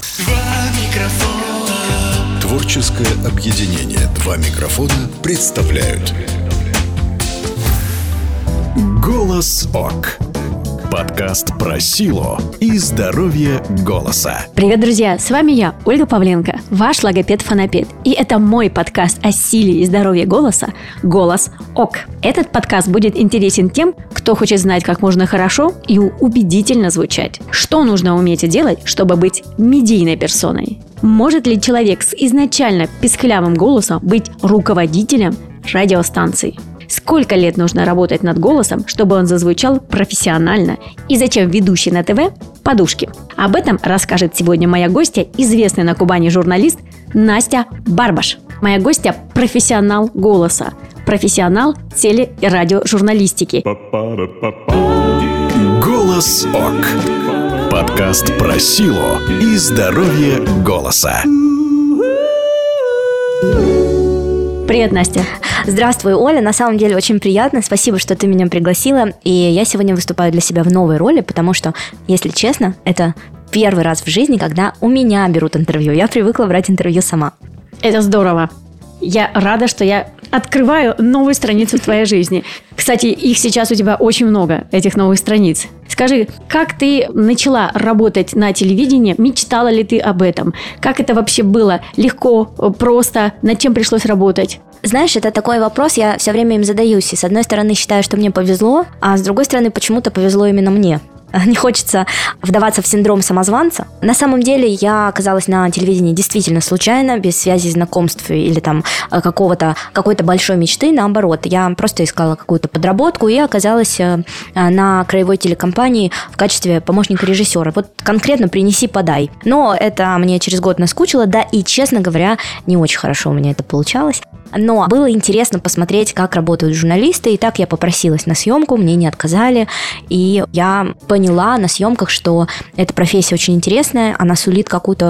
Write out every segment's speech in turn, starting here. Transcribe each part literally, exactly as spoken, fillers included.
Два микрофона. Творческое объединение «Два микрофона» представляют «Голос ОК». Подкаст про силу и здоровье голоса. Привет, друзья! С вами я, Ольга Павленко, ваш логопед-фонопед. И это мой подкаст о силе и здоровье голоса «Голос ОК». Этот подкаст будет интересен тем, кто хочет знать, как можно хорошо и убедительно звучать. Что нужно уметь делать, чтобы быть медийной персоной? Может ли человек с изначально писклявым голосом быть руководителем радиостанции? Сколько лет нужно работать над голосом, чтобы он зазвучал профессионально? И зачем ведущий на ТВ подушки? Об этом расскажет сегодня моя гостья, известный на Кубани журналист Настя Барбаш. Моя гостья – профессионал голоса, профессионал теле- и радиожурналистики. «Голос ОК». Подкаст про силу и здоровье голоса. Привет, Настя. Здравствуй, Оля. На самом деле очень приятно. Спасибо, что ты меня пригласила. И я сегодня выступаю для себя в новой роли, потому что, если честно, это первый раз в жизни, когда у меня берут интервью. Я привыкла брать интервью сама. Это здорово. Я рада, что я открываю новую страницу в твоей жизни. Кстати, их сейчас у тебя очень много, этих новых страниц. Скажи, как ты начала работать на телевидении? Мечтала ли ты об этом? Как это вообще было? Легко, просто? Над чем пришлось работать? Знаешь, это такой вопрос, я все время им задаюсь. И с одной стороны считаю, что мне повезло, а с другой стороны почему-то повезло именно мне. Не хочется вдаваться в синдром самозванца. На самом деле я оказалась на телевидении действительно случайно, без связи, знакомств или там какого-то, какой-то большой мечты. Наоборот, я просто искала какую-то подработку и оказалась на краевой телекомпании в качестве помощника режиссера. Вот конкретно «Принеси-подай». Но это мне через год наскучило, да и, честно говоря, не очень хорошо у меня это получалось. Но было интересно посмотреть, как работают журналисты, и так я попросилась на съемку, мне не отказали, и я поняла на съемках, что эта профессия очень интересная, она сулит какую-то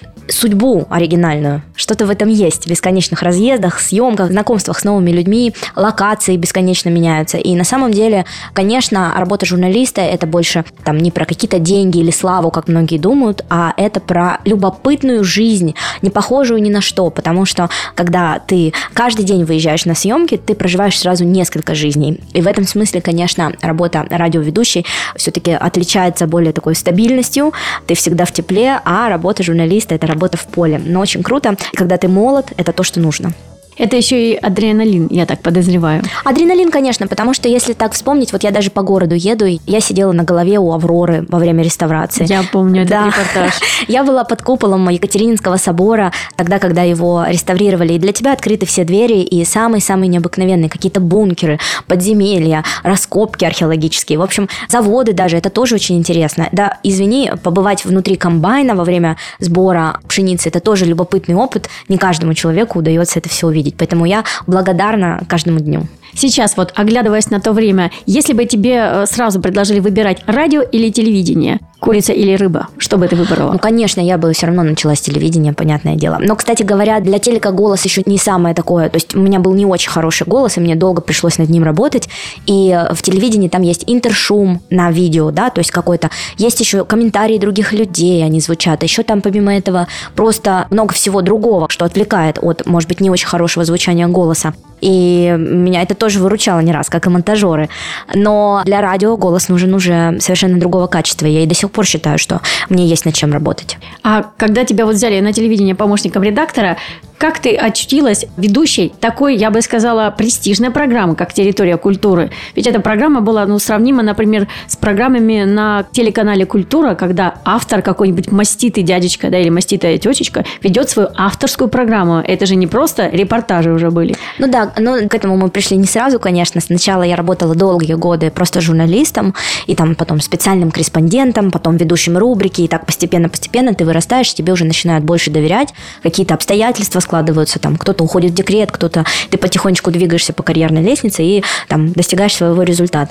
судьбу оригинальную. Что-то в этом есть. В бесконечных разъездах, съемках, знакомствах с новыми людьми, локации бесконечно меняются. И на самом деле, конечно, работа журналиста – это больше там не про какие-то деньги или славу, как многие думают, а это про любопытную жизнь, не похожую ни на что. Потому что, когда ты каждый день выезжаешь на съемки, ты проживаешь сразу несколько жизней. И в этом смысле, конечно, работа радиоведущей все-таки отличается более такой стабильностью. Ты всегда в тепле, а работа журналиста – это работа в поле. Но очень круто, когда ты молод, это то, что нужно. Это еще и адреналин, я так подозреваю. Адреналин, конечно, потому что если так вспомнить, вот я даже по городу еду, и я сидела на голове у Авроры во время реставрации. Я помню этот да. репортаж. Я была под куполом Екатерининского собора, тогда, когда его реставрировали. И для тебя открыты все двери, и самые-самые необыкновенные какие-то бункеры, подземелья, раскопки археологические. В общем, заводы даже, это тоже очень интересно. Да, извини, побывать внутри комбайна во время сбора пшеницы, это тоже любопытный опыт. Не каждому человеку удается это все увидеть. Поэтому я благодарна каждому дню. Сейчас вот, оглядываясь на то время, если бы тебе сразу предложили выбирать радио или телевидение, курица или рыба, что бы ты выбрала? Ну, конечно, я бы все равно начала с телевидения, понятное дело. Но, кстати говоря, для телека голос еще не самое такое. То есть у меня был не очень хороший голос, и мне долго пришлось над ним работать. И в телевидении там есть интершум на видео, да, то есть какой-то. Есть еще комментарии других людей, они звучат. Еще там, помимо этого, просто много всего другого, что отвлекает от, может быть, не очень хорошего звучания голоса. И меня это тоже выручало не раз, как и монтажеры. Но для радио голос нужен уже совершенно другого качества. Я и до сих пор считаю, что мне есть над чем работать. А когда тебя вот взяли на телевидение помощником редактора, как ты очутилась ведущей такой, я бы сказала, престижной программы, как «Территория культуры»? Ведь эта программа была, ну, сравнима, например, с программами на телеканале «Культура», когда автор какой-нибудь маститый дядечка, да, или маститая тетечка ведет свою авторскую программу. Это же не просто репортажи уже были. Ну да, но к этому мы пришли не сразу, конечно. Сначала я работала долгие годы просто журналистом, и там потом специальным корреспондентом, потом ведущим рубрики, и так постепенно-постепенно ты вырастаешь, тебе уже начинают больше доверять, какие-то обстоятельства складываются, там кто-то уходит в декрет, кто-то, ты потихонечку двигаешься по карьерной лестнице и там достигаешь своего результата.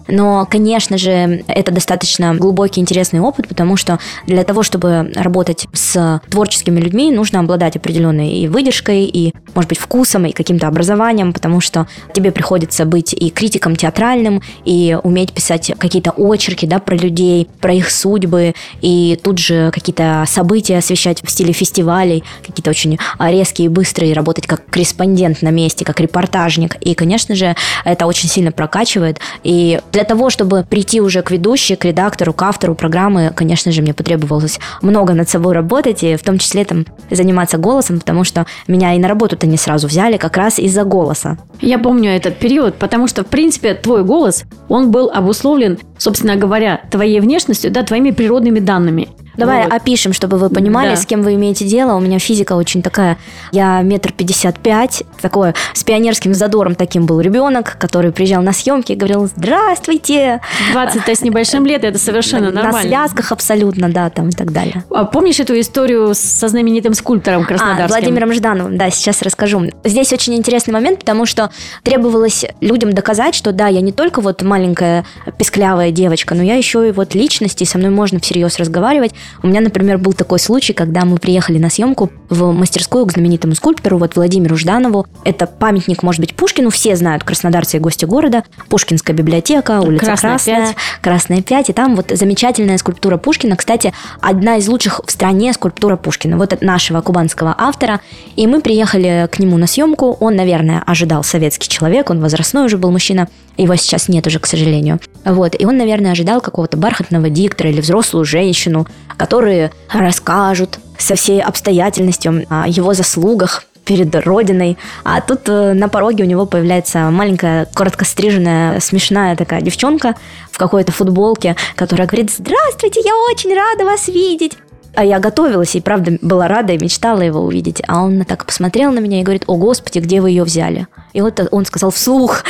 Но, конечно же, это достаточно глубокий, интересный опыт, потому что для того, чтобы работать с творческими людьми, нужно обладать определенной и выдержкой, и, может быть, вкусом, и каким-то образованием, потому что тебе приходится быть и критиком театральным, и уметь писать какие-то очерки, да, про людей, про их судьбы, и тут же какие-то события освещать в стиле фестивалей, какие-то очень резкие и быстрые, работать как корреспондент на месте, как репортажник. И, конечно же, это очень сильно прокачивает. И для того, чтобы прийти уже к ведущей, к редактору, к автору программы, конечно же, мне потребовалось много над собой работать, и в том числе там заниматься голосом, потому что меня и на работу-то не сразу взяли как раз из-за голоса. Я помню этот период, потому что, в принципе, твой голос, он был обусловлен, собственно говоря, твоей внешностью, да, твоими природными данными. Давай вот. опишем, чтобы вы понимали, да. с кем вы имеете дело. У меня физика очень такая. Я метр пятьдесят пять, такой с пионерским задором таким был ребенок, который приезжал на съемки и говорил: здравствуйте. двадцать с небольшим лет, это совершенно нормально. На связках абсолютно, да, там и так далее. А помнишь эту историю со знаменитым скульптором краснодарским? А, Владимиром Ждановым, да, сейчас расскажу. Здесь очень интересный момент, потому что требовалось людям доказать, что да, я не только вот маленькая писклявая девочка, но я еще и вот личность, и со мной можно всерьез разговаривать. У меня, например, был такой случай, когда мы приехали на съемку в мастерскую к знаменитому скульптору, вот Владимиру Жданову. Это памятник, может быть, Пушкину, все знают, краснодарцы и гости города. Пушкинская библиотека, улица Красная, Красная, пять. Красная пять. И там вот замечательная скульптура Пушкина. Кстати, одна из лучших в стране скульптура Пушкина. Вот от нашего кубанского автора. И мы приехали к нему на съемку. Он, наверное, ожидал советский человек. Он возрастной уже был мужчина. Его сейчас нет уже, к сожалению. Вот. И он, наверное, ожидал какого-то бархатного диктора или взрослую женщину, которые расскажут со всей обстоятельностью о его заслугах перед Родиной. А тут на пороге у него появляется маленькая, коротко стриженная, смешная такая девчонка в какой-то футболке, которая говорит: здравствуйте, я очень рада вас видеть. А я готовилась и, правда, была рада и мечтала его увидеть. А он так посмотрел на меня и говорит: о, Господи, где вы ее взяли? И вот он сказал вслух.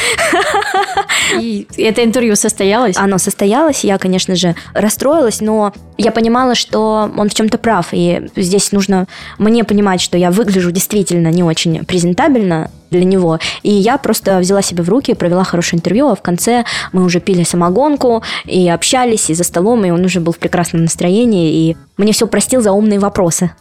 И это интервью состоялось? Оно состоялось, я, конечно же, расстроилась, но я понимала, что он в чем-то прав. И здесь нужно мне понимать, что я выгляжу действительно не очень презентабельно для него. И я просто взяла себя в руки, провела хорошее интервью, а в конце мы уже пили самогонку и общались, и за столом, и он уже был в прекрасном настроении, и мне все простил за умные вопросы.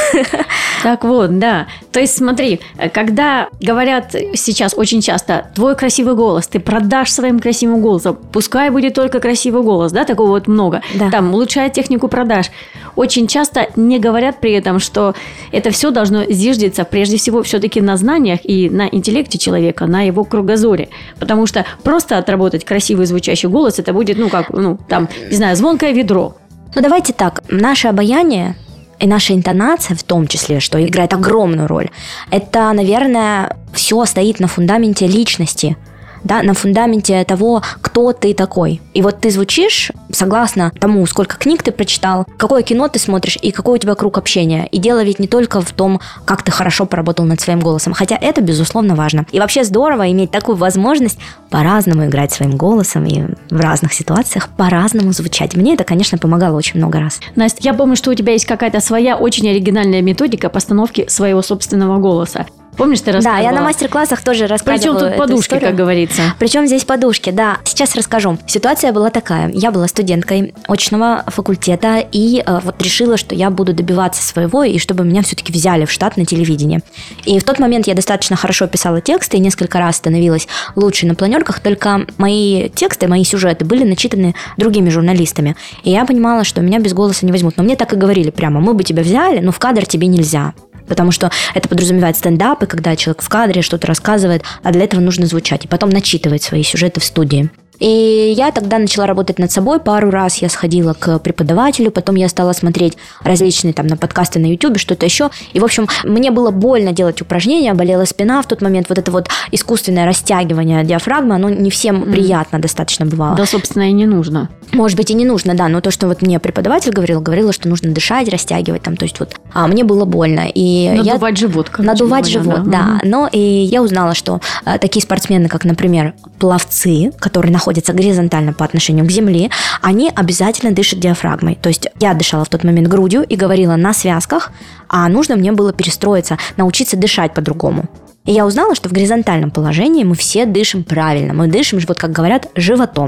Так вот, да. То есть смотри, когда говорят сейчас очень часто: твой красивый голос, ты продашь своим красивым голосом, пускай будет только красивый голос, да, такого вот много, да. Там, улучшает технику продаж. Очень часто не говорят при этом, что это все должно зиждиться прежде всего все-таки на знаниях и на интеллекте человека, на его кругозоре. Потому что просто отработать красивый звучащий голос, это будет, ну, как, ну, там, не знаю, звонкое ведро. Ну, давайте так, наше обаяние и наша интонация в том числе, что играет огромную роль, это, наверное, все стоит на фундаменте личности, да, на фундаменте того, кто ты такой. И вот ты звучишь согласно тому, сколько книг ты прочитал, какое кино ты смотришь и какой у тебя круг общения. И дело ведь не только в том, как ты хорошо поработал над своим голосом, хотя это, безусловно, важно. И вообще здорово иметь такую возможность по-разному играть своим голосом и в разных ситуациях по-разному звучать. Мне это, конечно, помогало очень много раз. Настя, я помню, что у тебя есть какая-то своя очень оригинальная методика постановки своего собственного голоса. Помнишь, ты рассказывала? Да, я на мастер-классах тоже рассказывала. Причем тут подушки, как говорится. Причем здесь подушки, да. Сейчас расскажу. Ситуация была такая. Я была студенткой очного факультета и э, вот решила, что я буду добиваться своего, и чтобы меня все-таки взяли в штат на телевидении. И в тот момент я достаточно хорошо писала тексты и несколько раз становилась лучше на планерках, только мои тексты, мои сюжеты были начитаны другими журналистами. И я понимала, что меня без голоса не возьмут. Но мне так и говорили прямо: мы бы тебя взяли, но в кадр тебе нельзя. Потому что это подразумевает стендапы, когда человек в кадре что-то рассказывает, а для этого нужно звучать и потом начитывать свои сюжеты в студии. И я тогда начала работать над собой. Пару раз я сходила к преподавателю, потом я стала смотреть различные там на подкасты на Ютубе, что-то еще. И, в общем, мне было больно делать упражнения, болела спина в тот момент. Вот это вот искусственное растягивание диафрагмы, оно не всем mm. приятно достаточно бывало. Да, собственно, и не нужно. Может быть, и не нужно, да, но то, что вот мне преподаватель говорил, говорила, что нужно дышать, растягивать там, то есть вот, а мне было больно. И надувать я... живот. Надувать говоря, живот, да. да. Но и я узнала, что а, такие спортсмены, как, например, пловцы, которые находятся горизонтально по отношению к земле, они обязательно дышат диафрагмой. То есть я дышала в тот момент грудью и говорила на связках, а нужно мне было перестроиться, научиться дышать по-другому. И я узнала, что в горизонтальном положении мы все дышим правильно. Мы дышим, вот как говорят, животом.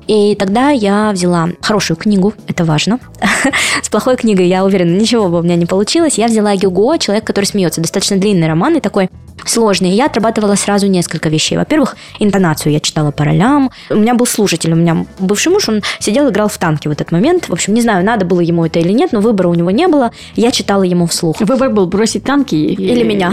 И тогда я взяла хорошую книгу, это важно. С плохой книгой, я уверена, ничего бы у меня не получилось. Я взяла Гюго, «Человек, который смеется». Достаточно длинный роман и такой сложный. И я отрабатывала сразу несколько вещей. Во-первых, интонацию я читала по ролям. У меня был слушатель, у меня бывший муж, он сидел, играл в танки в этот момент. В общем, не знаю, надо было ему это или нет, но выбора у него не было. Я читала ему вслух. Выбор был бросить танки или, или меня.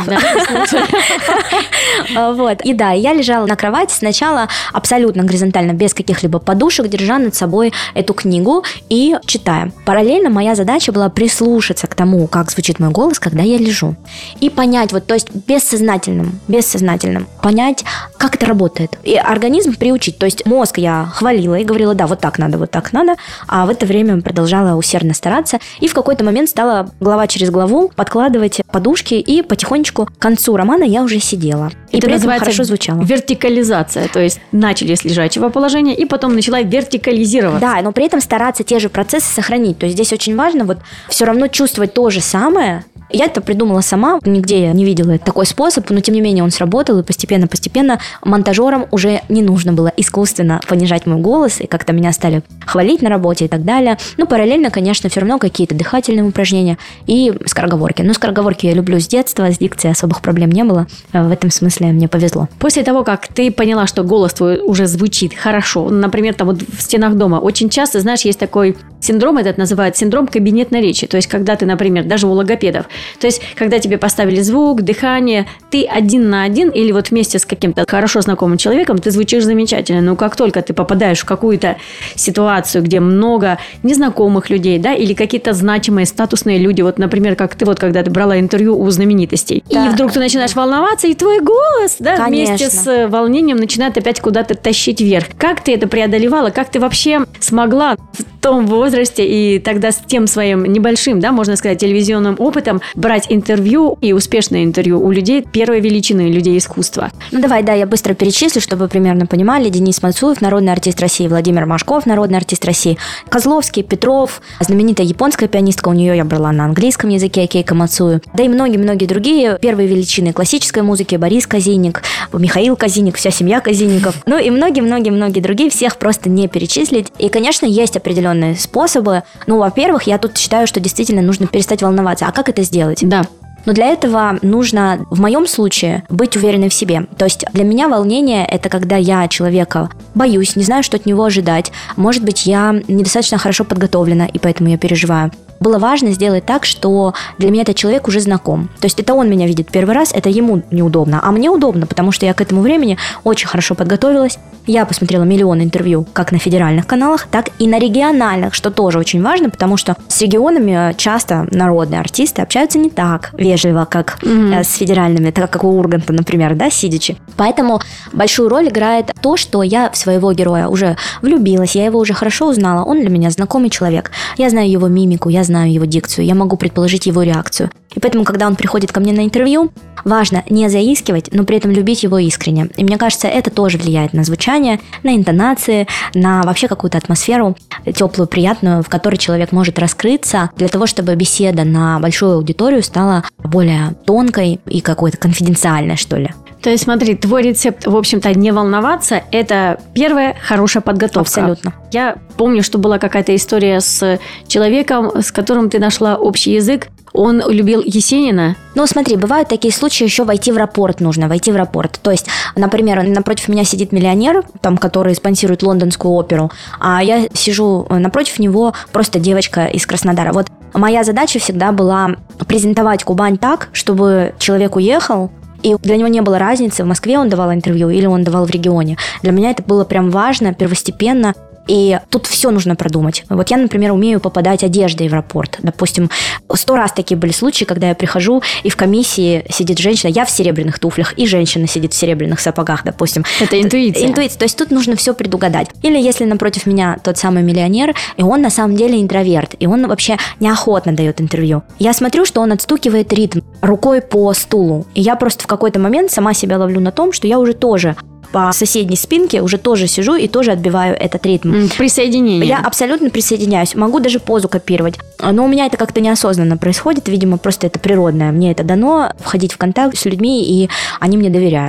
Вот. И да, я лежала на кровати сначала абсолютно горизонтально, без каких-либо подушек, держа над собой эту книгу и читая. Параллельно моя задача была прислушаться к тому, как звучит мой голос, когда я лежу. И понять, вот, то есть бессознательным, бессознательным, понять, как это работает. И организм приучить. То есть мозг я хвалила и говорила, да, вот так надо, вот так надо. А в это время продолжала усердно стараться. И в какой-то момент стала глава через главу подкладывать подушки. И потихонечку к концу романа я уже сидела. И это при этом называется хорошо звучало. Вертикализация. То есть начали с лежачего положения и потом начала вертикализироваться. Да, но при этом стараться те же процессы сохранить. То есть здесь очень важно вот все равно чувствовать то же самое. Я это придумала сама, нигде я не видела такой способ, но тем не менее он сработал, и постепенно-постепенно монтажерам уже не нужно было искусственно понижать мой голос, и как-то меня стали хвалить на работе и так далее. Ну, параллельно, конечно, все равно какие-то дыхательные упражнения и скороговорки. Но скороговорки я люблю с детства, с дикцией особых проблем не было. В этом смысле мне повезло. После того, как ты поняла, что голос твой уже звучит хорошо, например, там вот в стенах дома, очень часто, знаешь, есть такой синдром, этот называют синдром кабинетной речи. То есть, когда ты, например, даже у логопедов, то есть, когда тебе поставили звук, дыхание, ты один на один или вот вместе с каким-то хорошо знакомым человеком, ты звучишь замечательно. Но как только ты попадаешь в какую-то ситуацию, где много незнакомых людей, да, или какие-то значимые, статусные люди, вот, например, как ты вот, когда ты брала интервью у знаменитостей, да. И вдруг ты начинаешь волноваться, и твой голос, да, Конечно. вместе с волнением начинает опять куда-то тащить вверх. Как ты это преодолевала? Как ты вообще смогла в том возрасте и тогда с тем своим небольшим, да, можно сказать, телевизионным опытом брать интервью и успешное интервью у людей первой величины, людей искусства? Ну, давай, да, я быстро перечислю, чтобы вы примерно понимали. Денис Мацуев, народный артист России, Владимир Машков, народный артист России, Козловский, Петров, знаменитая японская пианистка, у нее я брала на английском языке, Кейко Мацую, да и многие-многие другие первые величины классической музыки, Борис Казинник, Михаил Казинник, вся семья Казинников, ну и многие-многие-многие другие, всех просто не перечислить. И, конечно, есть определенные способы. Ну, во-первых, я тут считаю, что действительно нужно перестать волноваться. А как это сделать? Да. Но для этого нужно, в моем случае, быть уверенной в себе. То есть для меня волнение – это когда я человека боюсь, не знаю, что от него ожидать. Может быть, я недостаточно хорошо подготовлена, и поэтому я переживаю. Было важно сделать так, что для меня этот человек уже знаком. То есть это он меня видит первый раз, это ему неудобно, а мне удобно, потому что я к этому времени очень хорошо подготовилась. Я посмотрела миллион интервью как на федеральных каналах, так и на региональных, что тоже очень важно, потому что с регионами часто народные артисты общаются не так вежливо, как mm-hmm. с федеральными, так как у Урганта, например, да, сидячи. Поэтому большую роль играет то, что я в своего героя уже влюбилась, я его уже хорошо узнала, он для меня знакомый человек. Я знаю его мимику, я знаю его дикцию, я могу предположить его реакцию. И поэтому, когда он приходит ко мне на интервью, важно не заискивать, но при этом любить его искренне. И мне кажется, это тоже влияет на звучание, на интонации, на вообще какую-то атмосферу теплую, приятную, в которой человек может раскрыться, для того, чтобы беседа на большую аудиторию стала более тонкой и какой-то конфиденциальной, что ли. То есть, смотри, твой рецепт, в общем-то, не волноваться, это первая хорошая подготовка. Абсолютно. Я помню, что была какая-то история с человеком, с которым ты нашла общий язык. Он любил Есенина. Ну, смотри, бывают такие случаи, еще войти в рапорт нужно, войти в рапорт. То есть, например, напротив меня сидит миллионер, там, который спонсирует лондонскую оперу, а я сижу напротив него просто девочка из Краснодара. Вот моя задача всегда была презентовать Кубань так, чтобы человек уехал, и для него не было разницы, в Москве он давал интервью или он давал в регионе. Для меня это было прям важно, первостепенно. И тут все нужно продумать. Вот я, например, умею попадать одеждой в аэропорт. Допустим, сто раз такие были случаи, когда я прихожу, и в комиссии сидит женщина, я в серебряных туфлях, и женщина сидит в серебряных сапогах, допустим. Это интуиция. Интуиция. То есть тут нужно все предугадать. Или если напротив меня тот самый миллионер, и он на самом деле интроверт, и он вообще неохотно дает интервью. Я смотрю, что он отстукивает ритм рукой по стулу. И я просто в какой-то момент сама себя ловлю на том, что я уже тоже по соседней спинке уже тоже сижу и тоже отбиваю этот ритм. Присоединение. Я абсолютно присоединяюсь. Могу даже позу копировать. Но у меня это как-то неосознанно происходит. Видимо, просто это природное. Мне это дано, входить в контакт с людьми, и они мне доверяют.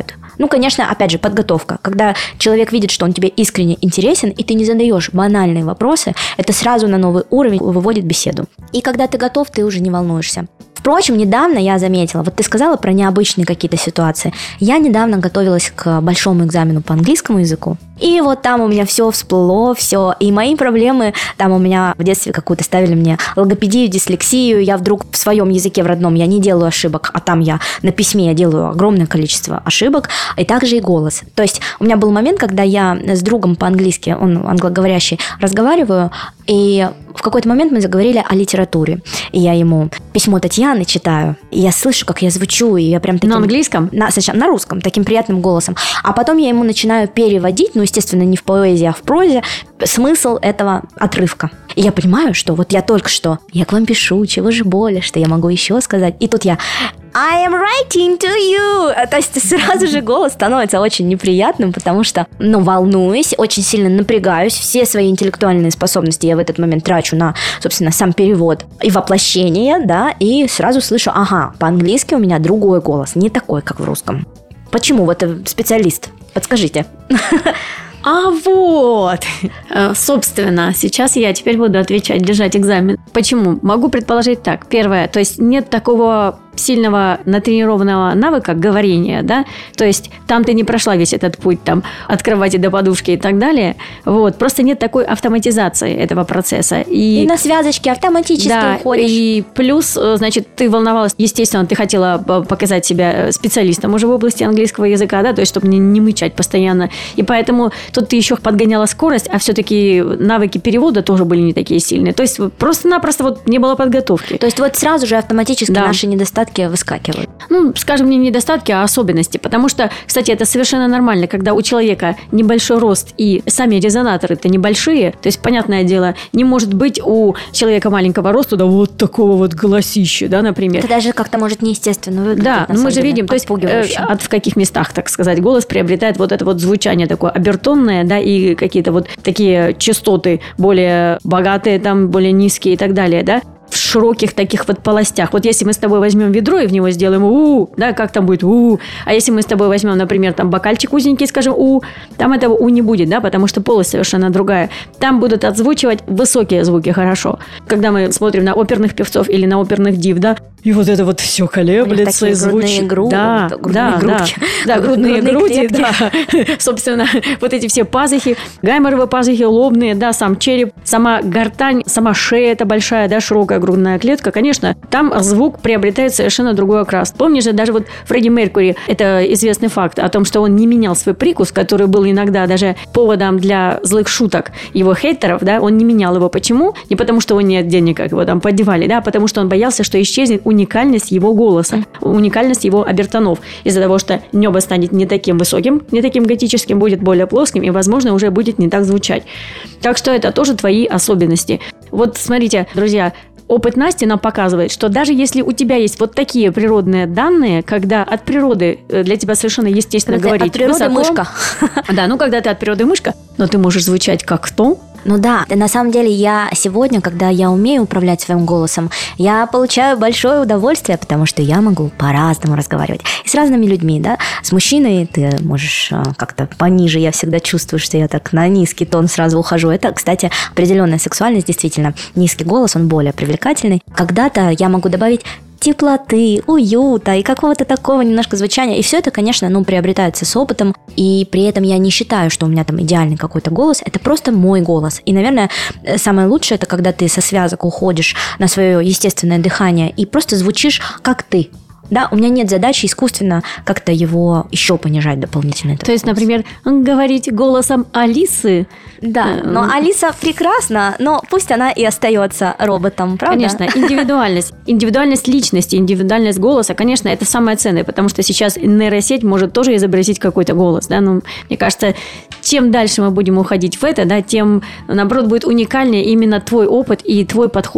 Ну, конечно, опять же, подготовка. Когда человек видит, что он тебе искренне интересен, и ты не задаешь банальные вопросы, это сразу на новый уровень выводит беседу. И когда ты готов, ты уже не волнуешься. Впрочем, недавно я заметила, вот ты сказала про необычные какие-то ситуации. Я недавно готовилась к большому экзамену по английскому языку. И вот там у меня все всплыло, все. И мои проблемы, там у меня в детстве какую-то ставили мне логопедию, дислексию. Я вдруг в своем языке в родном я не делаю ошибок, а там я на письме я делаю огромное количество ошибок. И также и голос. То есть у меня был момент, когда я с другом по-английски, он англоговорящий, разговариваю, и в какой-то момент мы заговорили о литературе. И я ему письмо Татьяны читаю, и я слышу, как я звучу, и я прям таким... На английском? На, сначала на русском, таким приятным голосом. А потом я ему начинаю переводить, ну, естественно, не в поэзии, а в прозе, смысл этого отрывка. И я понимаю, что вот я только что, я к вам пишу, чего же более, что я могу еще сказать. И тут я... I am writing to you. То есть сразу же голос становится очень неприятным, потому что, ну, волнуюсь, очень сильно напрягаюсь. Все свои интеллектуальные способности я в этот момент трачу на, собственно, сам перевод и воплощение, да, и сразу слышу, ага, по-английски у меня другой голос, не такой, как в русском. Почему? Вот специалист, подскажите. А вот, собственно, сейчас я теперь буду отвечать, держать экзамен. Почему? Могу предположить так. Первое, то есть нет такого сильного натренированного навыка говорения, да, то есть там ты не прошла весь этот путь там от кровати до подушки и так далее, вот, просто нет такой автоматизации этого процесса. И, и на связочке автоматически да, уходишь. И плюс, значит, ты волновалась, естественно, ты хотела показать себя специалистом уже в области английского языка, да, то есть чтобы не, не мычать постоянно, и поэтому тут ты еще подгоняла скорость, а все-таки навыки перевода тоже были не такие сильные, то есть просто-напросто вот не было подготовки. То есть вот сразу же автоматически да. наши недостатки выскакивают. Ну, скажем, не недостатки, а особенности. Потому что, кстати, это совершенно нормально, когда у человека небольшой рост и сами резонаторы-то небольшие. То есть, понятное дело, не может быть у человека маленького роста, да, вот такого вот голосища, да, например. Это даже как-то может неестественно выглядеть. Да, но мы же видим, то есть, э, от в каких местах, так сказать, голос приобретает вот это вот звучание такое обертонное, да, и какие-то вот такие частоты более богатые, там, более низкие и так далее, да. В широких таких вот полостях. Вот если мы с тобой возьмем ведро и в него сделаем у, да, как там будет у, а если мы с тобой возьмем, например, там бокальчик узенький и скажем у, там этого у не будет, да, потому что полость совершенно другая. Там будут отзвучивать высокие звуки хорошо. Когда мы смотрим на оперных певцов или на оперных див, да, и вот это вот все колеблется и звучит. Гру... Да, да, да, да, грудные груди, да. Собственно, вот эти все пазухи, гайморовые пазухи, лобные, да, сам череп, сама гортань, сама шея эта большая, да, широкая грудная клетка, конечно, там звук приобретает совершенно другой окрас. Помнишь же, даже вот Фредди Меркьюри, это известный факт о том, что он не менял свой прикус, который был иногда даже поводом для злых шуток его хейтеров, да, он не менял его. Почему? Не потому, что у него нет денег, как его там поддевали, да, а потому что он боялся, что исчезнет уникальность его голоса, уникальность его обертонов. Из-за того, что небо станет не таким высоким, не таким готическим, будет более плоским и, возможно, уже будет не так звучать. Так что это тоже твои особенности. Вот смотрите, друзья, опыт Насти нам показывает, что даже если у тебя есть вот такие природные данные, когда от природы для тебя совершенно естественно когда говорить от природы высоко, мышка. Да, ну когда ты от природы мышка, но ты можешь звучать как кто? Ну да, на самом деле я сегодня, когда я умею управлять своим голосом, я получаю большое удовольствие, потому что я могу по-разному разговаривать. И с разными людьми, да. С мужчиной ты можешь как-то пониже, я всегда чувствую, что я так на низкий тон сразу ухожу. Это, кстати, определенная сексуальность, действительно. Низкий голос, он более привлекательный. Когда-то я могу добавить теплоты, уюта и какого-то такого немножко звучания. И все это, конечно, ну, приобретается с опытом. И при этом я не считаю, что у меня там идеальный какой-то голос. Это просто мой голос. И, наверное, самое лучшее, это когда ты со связок уходишь на свое естественное дыхание и просто звучишь как ты. Да, у меня нет задачи искусственно как-то его еще понижать дополнительно. То есть, например, говорить голосом Алисы. Да, но Алиса прекрасна, но пусть она и остается роботом, правда? Конечно, индивидуальность. Индивидуальность личности, индивидуальность голоса, конечно, это самое ценное, потому что сейчас нейросеть может тоже изобразить какой-то голос. Да? Но мне кажется, чем дальше мы будем уходить в это, да, тем, наоборот, будет уникальнее именно твой опыт и твой подход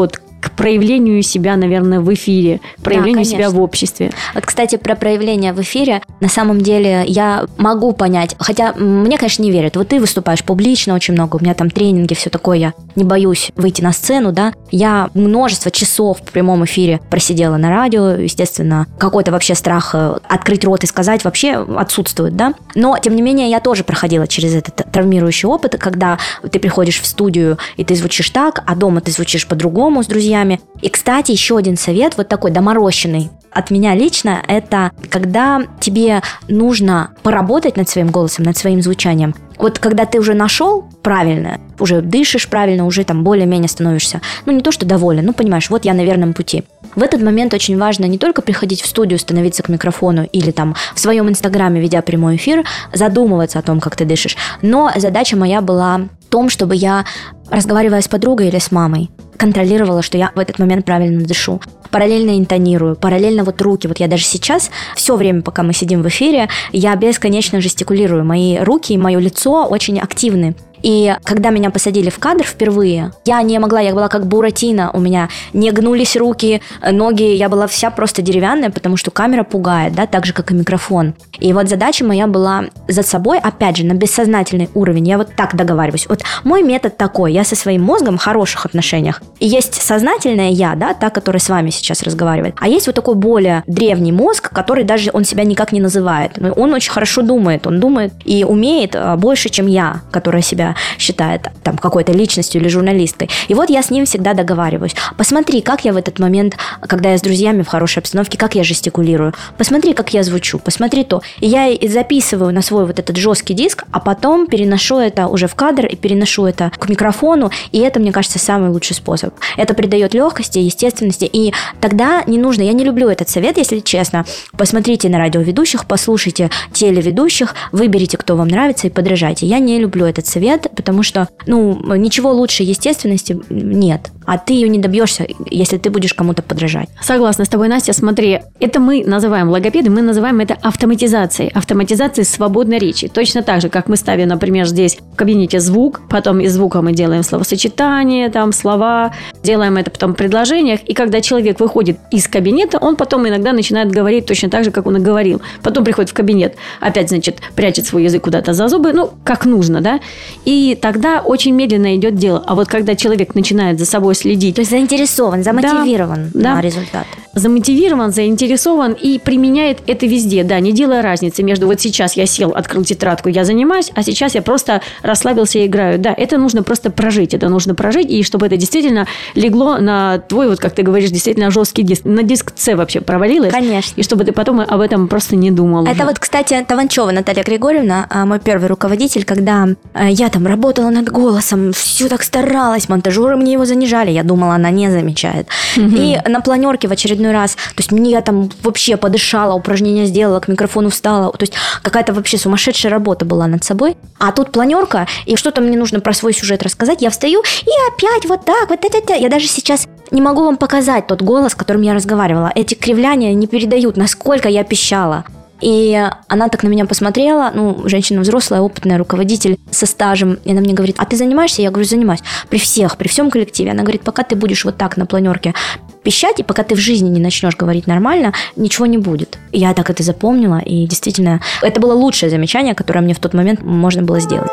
к проявлению себя, наверное, в эфире, проявлению да, себя в обществе. Вот, кстати, про проявление в эфире, на самом деле я могу понять, хотя мне, конечно, не верят. Вот ты выступаешь публично очень много, у меня там тренинги, все такое, я не боюсь выйти на сцену, да. Я множество часов в прямом эфире просидела на радио, естественно, какой-то вообще страх открыть рот и сказать вообще отсутствует, да. Но, тем не менее, я тоже проходила через этот травмирующий опыт, когда ты приходишь в студию, и ты звучишь так, а дома ты звучишь по-другому с друзьями. И, кстати, еще один совет, вот такой доморощенный от меня лично, это когда тебе нужно поработать над своим голосом, над своим звучанием. Вот когда ты уже нашел правильное, уже дышишь правильно, уже там более-менее становишься, ну не то что доволен, ну понимаешь, вот я на верном пути. В этот момент очень важно не только приходить в студию, становиться к микрофону или там в своем инстаграме, ведя прямой эфир, задумываться о том, как ты дышишь, но задача моя была в том, чтобы я, разговаривая с подругой или с мамой, контролировала, что я в этот момент правильно дышу. Параллельно интонирую, параллельно вот руки. Вот я даже сейчас, все время, пока мы сидим в эфире, я бесконечно жестикулирую. Мои руки и мое лицо очень активны. И когда меня посадили в кадр впервые, я не могла, я была как Буратино, у меня не гнулись руки, ноги, я была вся просто деревянная, потому что камера пугает, да, так же, как и микрофон. И вот задача моя была за собой, опять же, на бессознательный уровень, я вот так договариваюсь. Вот мой метод такой, я со своим мозгом в хороших отношениях. И есть сознательное я, да, та, которая с вами сейчас разговаривает, а есть вот такой более древний мозг, который даже он себя никак не называет. Он очень хорошо думает, он думает и умеет больше, чем я, которая себя считает там какой-то личностью или журналисткой. И вот я с ним всегда договариваюсь. Посмотри, как я в этот момент, когда я с друзьями в хорошей обстановке, как я жестикулирую. Посмотри, как я звучу. Посмотри то. И я записываю на свой вот этот жесткий диск, а потом переношу это уже в кадр и переношу это к микрофону. И это, мне кажется, самый лучший способ. Это придает легкости, естественности. И тогда не нужно, я не люблю этот совет, если честно. Посмотрите на радиоведущих, послушайте телеведущих, выберите, кто вам нравится, и подражайте. Я не люблю этот совет, потому что, ну, ничего лучше естественности нет. А ты ее не добьешься, если ты будешь кому-то подражать. Согласна с тобой, Настя. Смотри, это мы называем логопеды, мы называем это автоматизацией. Автоматизацией свободной речи. Точно так же, как мы ставим, например, здесь в кабинете звук, потом из звука мы делаем словосочетание, там слова, делаем это потом в предложениях. И когда человек выходит из кабинета, он потом иногда начинает говорить точно так же, как он и говорил. Потом приходит в кабинет, опять, значит, прячет свой язык куда-то за зубы, ну, как нужно, да? И тогда очень медленно идет дело. А вот когда человек начинает за собой следить. То есть заинтересован, замотивирован да, на да. результат. Замотивирован, заинтересован и применяет это везде, да, не делая разницы между вот сейчас я сел, открыл тетрадку, я занимаюсь, а сейчас я просто расслабился и играю. Да, это нужно просто прожить, это нужно прожить, и чтобы это действительно легло на твой, вот как ты говоришь, действительно жесткий диск, на диск С вообще провалилось. Конечно. И чтобы ты потом об этом просто не думал. Это уже. вот, кстати, Таванчева Наталья Григорьевна, мой первый руководитель, когда я там работала над голосом, все так старалась, монтажеры мне его занижали, я думала, она не замечает. Угу. И на планерке в очередной раз, то есть мне я там вообще подышала, упражнения сделала, к микрофону встала, то есть какая-то вообще сумасшедшая работа была над собой. А тут планерка, и что-то мне нужно про свой сюжет рассказать, я встаю и опять вот так, вот это, я даже сейчас не могу вам показать тот голос, которым я разговаривала. Эти кривляния не передают, насколько я пищала. И она так на меня посмотрела, ну, женщина взрослая, опытная, руководитель со стажем, и она мне говорит: а ты занимаешься? Я говорю: занимаюсь. При всех, при всем коллективе. Она говорит: пока ты будешь вот так на планерке пищать, и пока ты в жизни не начнешь говорить нормально, ничего не будет. И я так это запомнила, и действительно, это было лучшее замечание, которое мне в тот момент можно было сделать.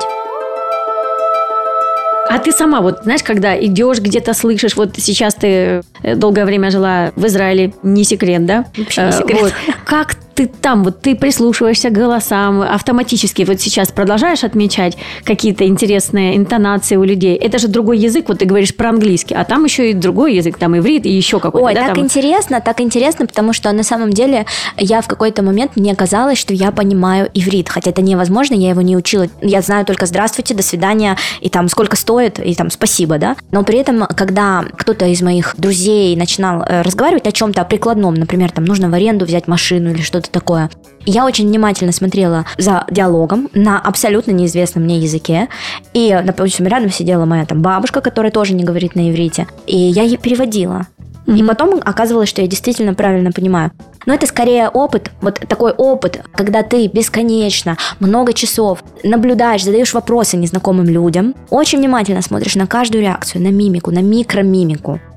А ты сама, вот знаешь, когда идешь, где-то слышишь, вот сейчас ты долгое время жила в Израиле, не секрет, да? Вообще не секрет. Вот. Как ты там, вот ты прислушиваешься к голосам автоматически, вот сейчас продолжаешь отмечать какие-то интересные интонации у людей? Это же другой язык, вот ты говоришь про английский, а там еще и другой язык, там иврит и еще какой-то. Ой, да, так там... интересно, так интересно, потому что на самом деле я в какой-то момент, мне казалось, что я понимаю иврит, хотя это невозможно, я его не учила. Я знаю только «здравствуйте», «до свидания», и там «сколько стоит», и там «спасибо», да? Но при этом, когда кто-то из моих друзей начинал разговаривать о чем-то, о прикладном, например, там нужно в аренду взять машину или что-то такое, я очень внимательно смотрела за диалогом на абсолютно неизвестном мне языке. И, допустим, рядом сидела моя там бабушка, которая тоже не говорит на иврите. И я ей переводила. Mm-hmm. И потом оказывалось, что я действительно правильно понимаю. Но это скорее опыт, вот такой опыт, когда ты бесконечно, много часов наблюдаешь, задаешь вопросы незнакомым людям, очень внимательно смотришь на каждую реакцию, на мимику, на микромимику.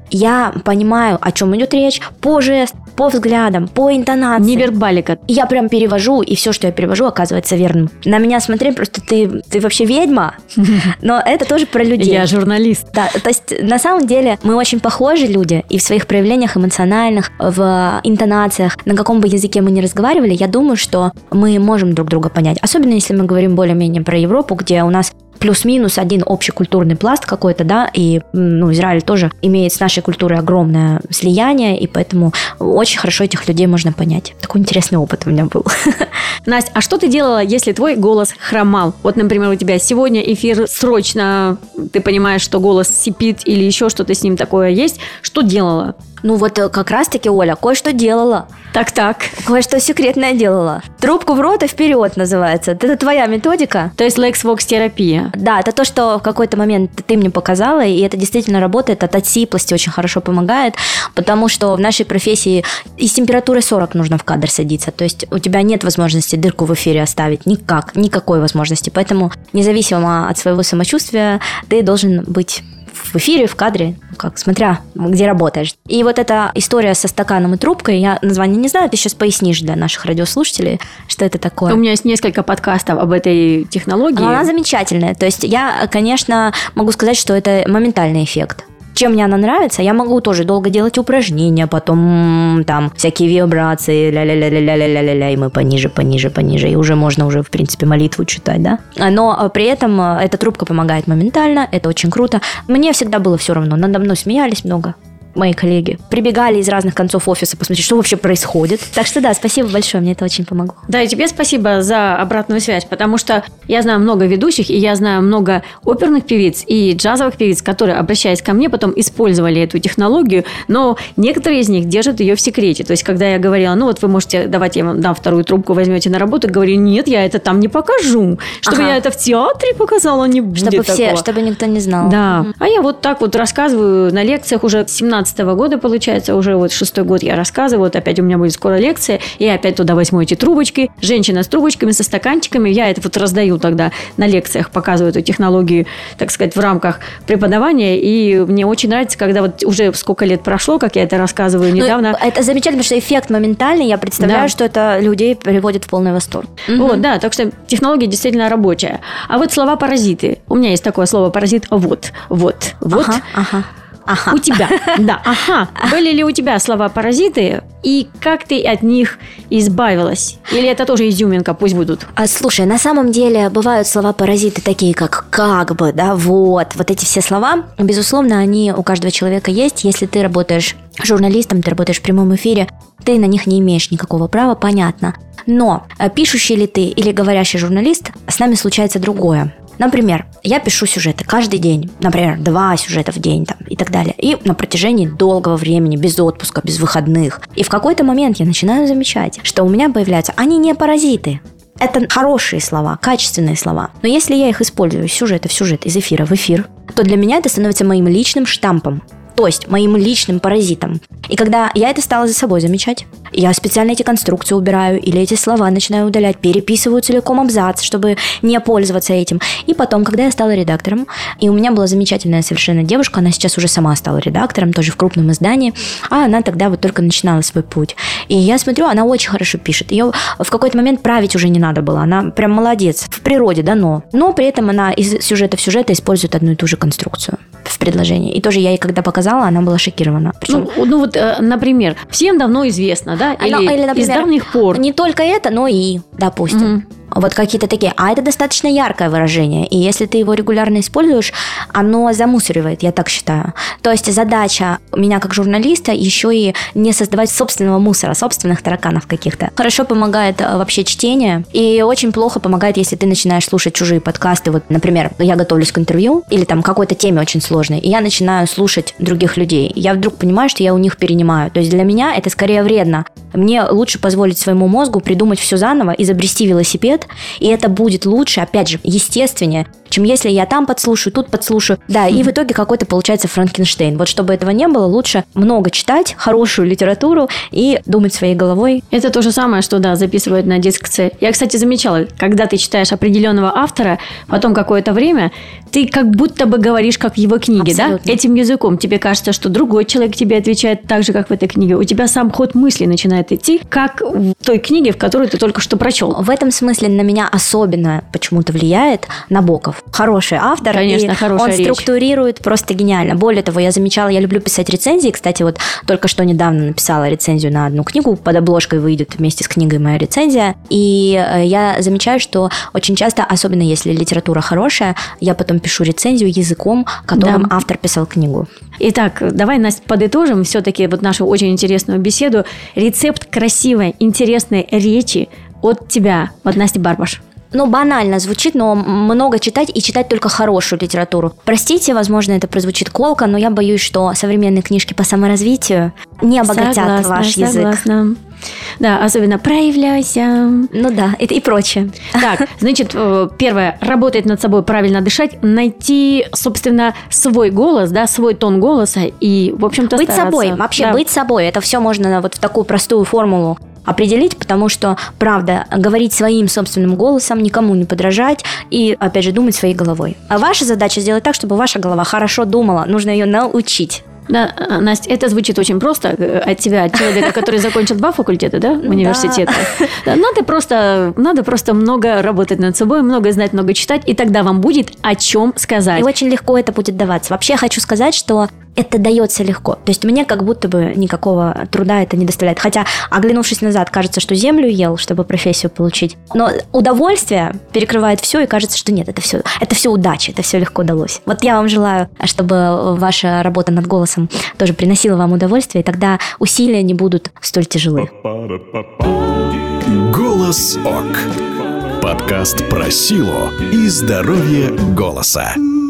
я понимаю, о чем идет речь по жестам, по взглядам, по интонации. Невербалика. Я прям перевожу, и все, что я перевожу, оказывается верным. На меня смотри, просто ты, ты вообще ведьма, но это тоже про людей. Я журналист. Да, то есть на самом деле мы очень похожи люди, и в своих проявлениях эмоциональных, в интонациях, на каком бы языке мы ни разговаривали, я думаю, что мы можем друг друга понять. Особенно если мы говорим более-менее про Европу, где у нас плюс-минус один общий культурный пласт какой-то, да, и, ну, Израиль тоже имеет с нашей культурой огромное слияние, и поэтому очень хорошо этих людей можно понять. Такой интересный опыт у меня был. Настя, а что ты делала, если твой голос хромал? Вот, например, у тебя сегодня эфир срочно, ты понимаешь, что голос сипит или еще что-то с ним такое есть. Что делала? Ну вот как раз-таки, Оля, кое-что делала. Так-так. Кое-что секретное делала. Трубку в рот и вперед называется. Это твоя методика. То есть Lex-Vox-терапия. Да, это то, что в какой-то момент ты мне показала, и это действительно работает. От отсиплости очень хорошо помогает, потому что в нашей профессии из температуры сорок нужно в кадр садиться. То есть у тебя нет возможности дырку в эфире оставить. Никак, никакой возможности. Поэтому независимо от своего самочувствия ты должен быть в эфире, в кадре, как, смотря где работаешь. И вот эта история со стаканом и трубкой, я название не знаю, ты сейчас пояснишь для наших радиослушателей, что это такое. У меня есть несколько подкастов об этой технологии. Но она замечательная. То есть я, конечно, могу сказать, что это моментальный эффект. Чем мне она нравится, я могу тоже долго делать упражнения, потом там всякие вибрации, ля-ля-ля-ля-ля-ля-ля-ля, и мы пониже, пониже, пониже, и уже можно уже, в принципе, молитву читать, да? Но при этом эта трубка помогает моментально, это очень круто. Мне всегда было все равно, надо мной смеялись много. Мои коллеги прибегали из разных концов офиса посмотреть, что вообще происходит. Так что да, спасибо большое, мне это очень помогло. Да, и тебе спасибо за обратную связь, потому что я знаю много ведущих, и я знаю много оперных певиц и джазовых певиц, которые, обращаясь ко мне, потом использовали эту технологию, но некоторые из них держат ее в секрете. То есть, когда я говорила, ну вот вы можете, давайте я вам дам вторую трубку, возьмете на работу, говорю, нет, я это там не покажу. Чтобы ага. я это в театре показала, не будет чтобы такого. Все, чтобы никто не знал. Да. Угу. А я вот так вот рассказываю на лекциях уже семнадцатого года, получается, уже вот шестой год я рассказываю, вот опять у меня будет скоро лекция, и я опять туда возьму эти трубочки, женщина с трубочками, со стаканчиками, я это вот раздаю тогда на лекциях, показываю эту технологию, так сказать, в рамках преподавания, и мне очень нравится, когда вот уже сколько лет прошло, как я это рассказываю недавно. Ну, это замечательно, потому что эффект моментальный, я представляю, да. что это людей приводит в полный восторг. Угу. Вот, да, так что технология действительно рабочая. А вот слова паразиты. У меня есть такое слово паразит, вот, вот, вот. Ага, ага. Ага. У тебя, да, ага. Были ли у тебя слова-паразиты, и как ты от них избавилась? Или это тоже изюминка, пусть будут? А, слушай, на самом деле бывают слова-паразиты такие, как «как бы», да, «вот». Вот эти все слова, безусловно, они у каждого человека есть. Если ты работаешь журналистом, ты работаешь в прямом эфире, ты на них не имеешь никакого права, понятно. Но пишущий ли ты или говорящий журналист, с нами случается другое. Например, я пишу сюжеты каждый день, например, два сюжета в день там, и так далее. И на протяжении долгого времени, без отпуска, без выходных. И в какой-то момент я начинаю замечать, что у меня появляются, они не паразиты. Это хорошие слова, качественные слова. Но если я их использую из сюжета в сюжет, из эфира в эфир, то для меня это становится моим личным штампом. То есть моим личным паразитом. И когда я это стала за собой замечать, я специально эти конструкции убираю или эти слова начинаю удалять, переписываю целиком абзац, чтобы не пользоваться этим. И потом, когда я стала редактором, и у меня была замечательная совершенно девушка, она сейчас уже сама стала редактором, тоже в крупном издании, а она тогда вот только начинала свой путь. И я смотрю, она очень хорошо пишет. Ее в какой-то момент править уже не надо было. Она прям молодец. В природе дано. Но при этом она из сюжета в сюжет использует одну и ту же конструкцию в предложении. И тоже я ей когда показала, она была шокирована. Причем... Ну, ну вот, например, всем давно известно, да? Или, или например, из давних пор. Не только это, но и, допустим. Угу. Вот какие-то такие. А это достаточно яркое выражение. И если ты его регулярно используешь, оно замусоривает, я так считаю. То есть задача меня как журналиста еще и не создавать собственного мусора, собственных тараканов каких-то. Хорошо помогает вообще чтение. И очень плохо помогает, если ты начинаешь слушать чужие подкасты. Вот, например, я готовлюсь к интервью или там какой-то теме очень сложной, и я начинаю слушать других людей. Я вдруг понимаю, что я у них перенимаю. То есть для меня это скорее вредно. Мне лучше позволить своему мозгу придумать все заново, изобрести велосипед, и это будет лучше, опять же, естественнее, чем если я там подслушаю, тут подслушаю. Да, и в итоге какой-то получается Франкенштейн. Вот чтобы этого не было, лучше много читать, хорошую литературу и думать своей головой. Это то же самое, что, да, записывают на дискце. Я, кстати, замечала, когда ты читаешь определенного автора, потом какое-то время, ты как будто бы говоришь, как в его книге, абсолютно, да? Этим языком. Тебе кажется, что другой человек тебе отвечает так же, как в этой книге. У тебя сам ход мысли начинает идти, как в той книге, в которую ты только что прочел. В этом смысле на меня особенно почему-то влияет Набоков. Хороший автор. Конечно, и хорошая он речь. Структурирует просто гениально. Более того, я замечала, я люблю писать рецензии. Кстати, вот только что недавно написала рецензию на одну книгу. Под обложкой выйдет вместе с книгой моя рецензия. И я замечаю, что очень часто, особенно если литература хорошая, я потом пишу рецензию языком, которым да. автор писал книгу. Итак, давай, Настя, подытожим все-таки вот нашу очень интересную беседу. Рецепт красивой, интересной речи от тебя, от Насти Барбаш. Ну, банально звучит, но много читать и читать только хорошую литературу. Простите, возможно, это прозвучит колко, но я боюсь, что современные книжки по саморазвитию не обогатят согласна, ваш согласна. язык. Да, особенно проявляйся. Ну да, и, и прочее. Так, значит, первое, работать над собой, правильно дышать, найти, собственно, свой голос, да, свой тон голоса и, в общем-то, быть стараться. собой, вообще да. быть собой. Это все можно вот в такую простую формулу определить, потому что, правда, говорить своим собственным голосом, никому не подражать и, опять же, думать своей головой. А ваша задача сделать так, чтобы ваша голова хорошо думала. Нужно ее научить. Да, Настя, это звучит очень просто от тебя, от человека, который закончил два факультета, да, университета. Да. Надо просто, надо просто много работать над собой, много знать, много читать, и тогда вам будет о чем сказать. И очень легко это будет даваться. Вообще я хочу сказать, что это дается легко. То есть мне как будто бы никакого труда это не доставляет. Хотя, оглянувшись назад, кажется, что землю ел, чтобы профессию получить. Но удовольствие перекрывает все, и кажется, что нет, это все, это все удача, это все легко удалось. Вот я вам желаю, чтобы ваша работа над голосом тоже приносила вам удовольствие, и тогда усилия не будут столь тяжелы. Голос ОК. Подкаст про силу и здоровье голоса.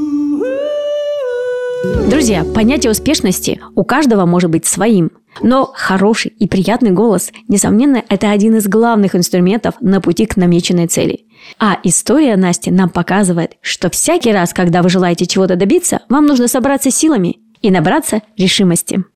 Друзья, понятие успешности у каждого может быть своим. Но хороший и приятный голос, несомненно, это один из главных инструментов на пути к намеченной цели. А история Насти нам показывает, что всякий раз, когда вы желаете чего-то добиться, вам нужно собраться силами и набраться решимости.